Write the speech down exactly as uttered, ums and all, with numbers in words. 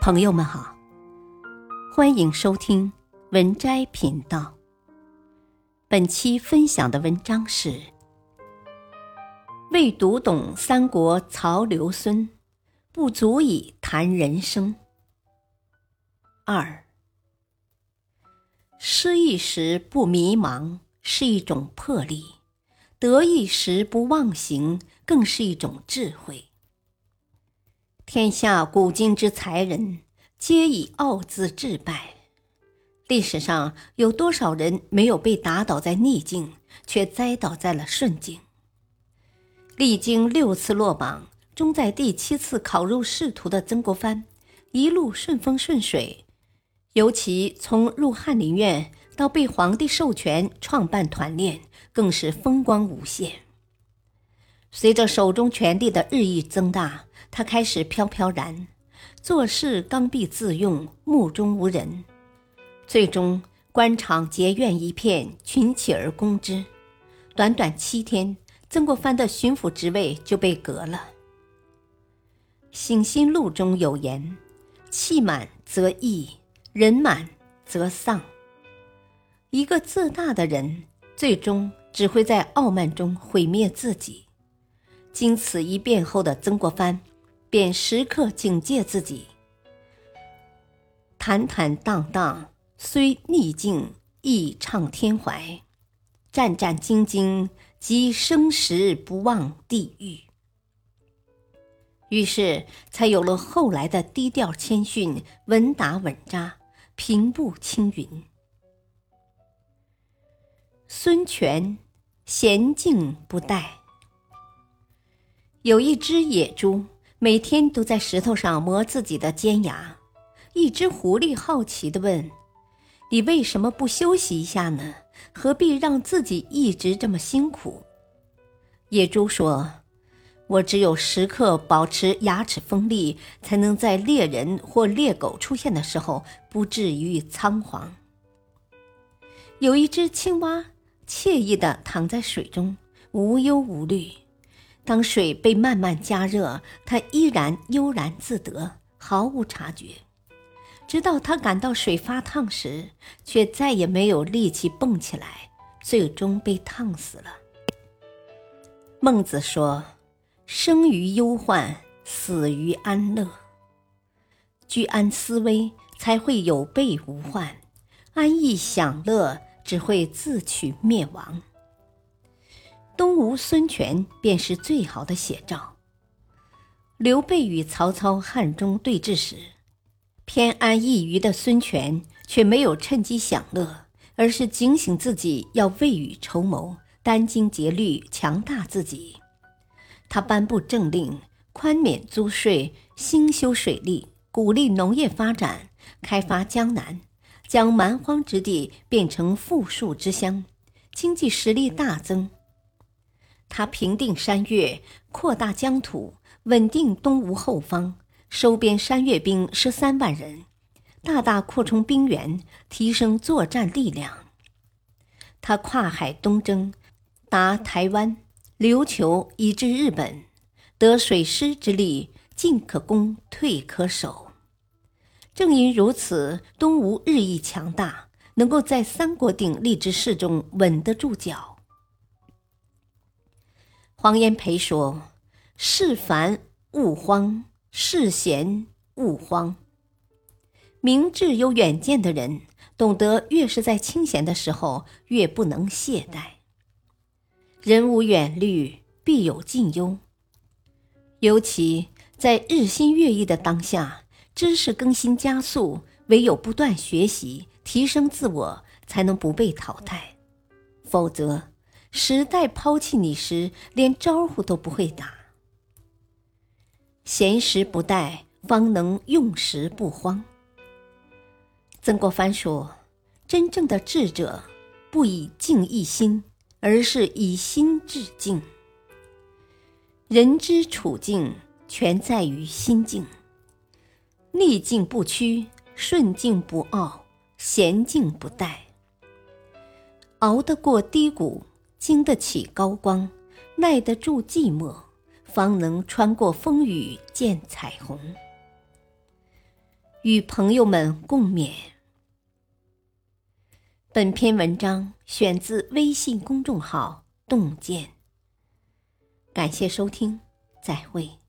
朋友们好，欢迎收听文摘频道。本期分享的文章是未读懂三国曹刘孙，不足以谈人生。二，失意时不迷茫是一种魄力，得意时不忘形更是一种智慧。天下古今之才人，皆以傲姿致败。历史上有多少人没有被打倒在逆境，却栽倒在了顺境？历经六次落榜，终在第七次考入仕途的曾国藩，一路顺风顺水。尤其从入翰林院到被皇帝授权创办团练，更是风光无限。随着手中权力的日益增大，他开始飘飘然，做事刚愎自用，目中无人。最终官场结怨一片，群起而攻之。短短七天，曾国藩的巡抚职位就被革了。醒心录中有言：气满则溢，人满则丧。一个自大的人，最终只会在傲慢中毁灭自己。经此一变后的曾国藩，便时刻警戒自己，坦坦荡荡，虽逆境亦畅天怀，战战兢兢，即生时不忘地狱。于是才有了后来的低调谦逊，稳打稳扎，平步青云。孙权娴静不怠。有一只野猪，每天都在石头上磨自己的尖牙。一只狐狸好奇地问：你为什么不休息一下呢？何必让自己一直这么辛苦？野猪说：我只有时刻保持牙齿锋利，才能在猎人或猎狗出现的时候不至于仓皇。有一只青蛙惬意地躺在水中，无忧无虑。当水被慢慢加热，它依然悠然自得，毫无察觉。直到它感到水发烫时，却再也没有力气蹦起来，最终被烫死了。孟子说：生于忧患，死于安乐。居安思危，才会有备无患；安逸享乐，只会自取灭亡。东吴孙权便是最好的写照。刘备与曹操汉中对峙时，偏安一隅的孙权却没有趁机享乐，而是警醒自己要未雨绸缪，殚精竭虑，强大自己。他颁布政令，宽免租税，兴修水利，鼓励农业发展，开发江南，将蛮荒之地变成富庶之乡，经济实力大增。他平定山岳，扩大疆土，稳定东吴后方，收编山岳兵十三万人，大大扩充兵源，提升作战力量。他跨海东征，达台湾、琉球以至日本，得水师之力，进可攻，退可守。正因如此，东吴日益强大，能够在三国鼎立之势中稳得住脚。黄炎培说：事繁勿慌，事闲勿慌。明智有远见的人，懂得越是在清闲的时候，越不能懈怠。人无远虑，必有近忧。尤其在日新月异的当下，知识更新加速，唯有不断学习，提升自我，才能不被淘汰。否则时代抛弃你时，连招呼都不会打。闲时不怠，方能用时不慌。曾国藩说：真正的智者，不以静抑心，而是以心致静。人之处境，全在于心境。逆境不屈，顺境不傲，闲静不怠。熬得过低谷，经得起高光，耐得住寂寞，方能穿过风雨见彩虹。 与朋友们共勉。本篇文章选自微信公众号洞见。感谢收听，再会。